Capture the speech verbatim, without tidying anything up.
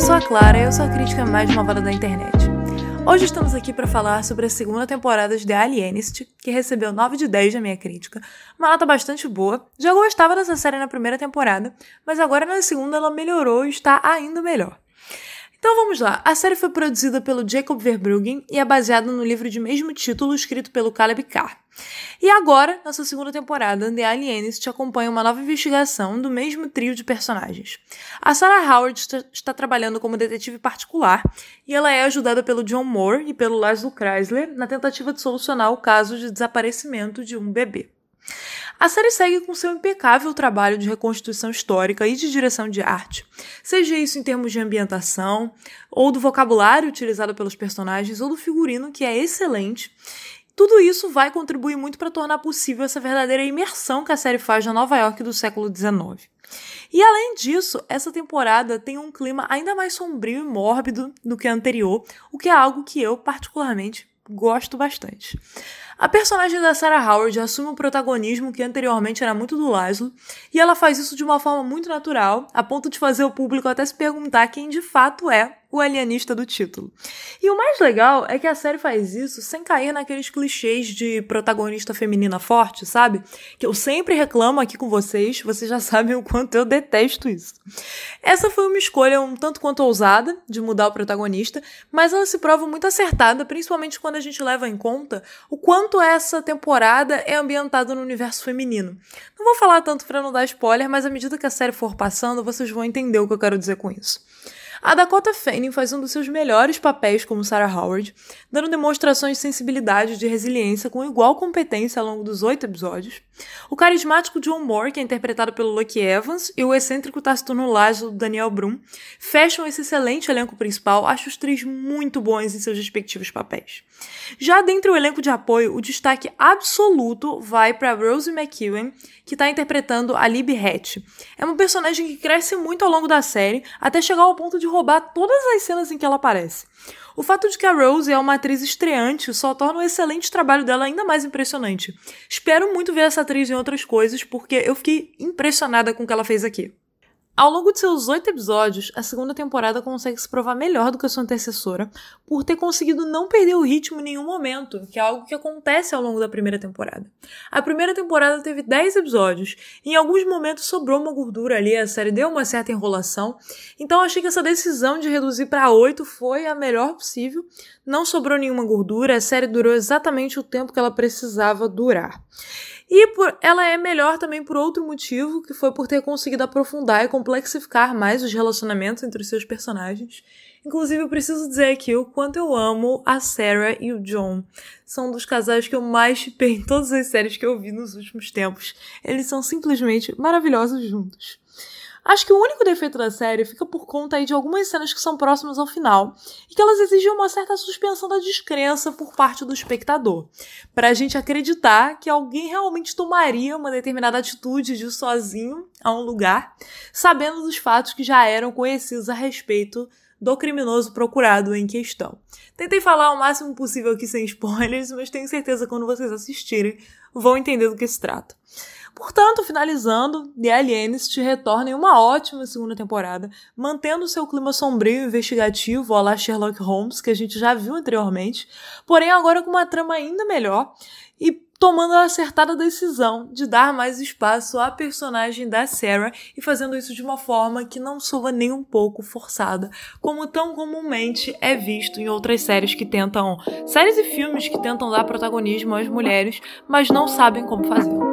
sou a Clara e eu sou a crítica mais malvada da internet. Hoje estamos aqui para falar sobre a segunda temporada de The Alienist, que recebeu nove de dez na minha crítica, uma nota bastante boa. Já gostava dessa série na primeira temporada, mas agora na segunda ela melhorou e está ainda melhor. Então vamos lá, a série foi produzida pelo Jacob Verbruggen e é baseada no livro de mesmo título escrito pelo Caleb Carr. E agora, nessa segunda temporada, The Alienist acompanha uma nova investigação do mesmo trio de personagens. A Sarah Howard está, está trabalhando como detetive particular e ela é ajudada pelo John Moore e pelo Laszlo Krysler na tentativa de solucionar o caso de desaparecimento de um bebê. A série segue com seu impecável trabalho de reconstituição histórica e de direção de arte, seja isso em termos de ambientação, ou do vocabulário utilizado pelos personagens, ou do figurino, que é excelente. Tudo isso vai contribuir muito para tornar possível essa verdadeira imersão que a série faz na Nova York do século dezenove. E além disso, essa temporada tem um clima ainda mais sombrio e mórbido do que a anterior, o que é algo que eu, particularmente, gosto bastante. A personagem da Sarah Howard assume um protagonismo que anteriormente era muito do Laszlo, e ela faz isso de uma forma muito natural, a ponto de fazer o público até se perguntar quem de fato é o alienista do título. E o mais legal é que a série faz isso sem cair naqueles clichês de protagonista feminina forte, sabe? Que eu sempre reclamo aqui com vocês, vocês já sabem o quanto eu detesto isso. Essa foi uma escolha um tanto quanto ousada de mudar o protagonista, mas ela se prova muito acertada, principalmente quando a gente leva em conta o quanto essa temporada é ambientada no universo feminino. Não vou falar tanto para não dar spoiler, mas à medida que a série for passando, vocês vão entender o que eu quero dizer com isso. A Dakota Fanning faz um dos seus melhores papéis como Sarah Howard, dando demonstrações de sensibilidade e de resiliência com igual competência ao longo dos oito episódios. O carismático John Moore, que é interpretado pelo Luke Evans, e o excêntrico taciturno Laszlo Daniel Brum fecham esse excelente elenco principal, acho os três muito bons em seus respectivos papéis. Já dentre o elenco de apoio, o destaque absoluto vai para Rosie McEwen, que está interpretando a Libby Hatch. É uma personagem que cresce muito ao longo da série, até chegar ao ponto de roubar todas as cenas em que ela aparece. O fato de que a Rose é uma atriz estreante só torna o excelente trabalho dela ainda mais impressionante. Espero muito ver essa atriz em outras coisas, porque eu fiquei impressionada com o que ela fez aqui. Ao longo de seus oito episódios, a segunda temporada consegue se provar melhor do que a sua antecessora por ter conseguido não perder o ritmo em nenhum momento, que é algo que acontece ao longo da primeira temporada. A primeira temporada teve dez episódios, e em alguns momentos sobrou uma gordura ali, a série deu uma certa enrolação, então achei que essa decisão de reduzir para oito foi a melhor possível, não sobrou nenhuma gordura, a série durou exatamente o tempo que ela precisava durar. E por, ela é melhor também por outro motivo, que foi por ter conseguido aprofundar e complexificar mais os relacionamentos entre os seus personagens. Inclusive, eu preciso dizer aqui o quanto eu amo a Sarah e o John. São um dos casais que eu mais shippei em todas as séries que eu vi nos últimos tempos. Eles são simplesmente maravilhosos juntos. Acho que o único defeito da série fica por conta aí de algumas cenas que são próximas ao final e que elas exigem uma certa suspensão da descrença por parte do espectador, para a gente acreditar que alguém realmente tomaria uma determinada atitude de ir sozinho a um lugar, sabendo dos fatos que já eram conhecidos a respeito do criminoso procurado em questão. Tentei falar o máximo possível aqui sem spoilers, mas tenho certeza que quando vocês assistirem vão entender do que se trata. Portanto, finalizando, The Alienist retorna em uma ótima segunda temporada, mantendo seu clima sombrio e investigativo, à la Sherlock Holmes, que a gente já viu anteriormente, porém agora com uma trama ainda melhor e tomando a acertada decisão de dar mais espaço à personagem da Sarah e fazendo isso de uma forma que não soa nem um pouco forçada, como tão comumente é visto em outras séries que tentam, séries e filmes que tentam dar protagonismo às mulheres, mas não sabem como fazê-lo.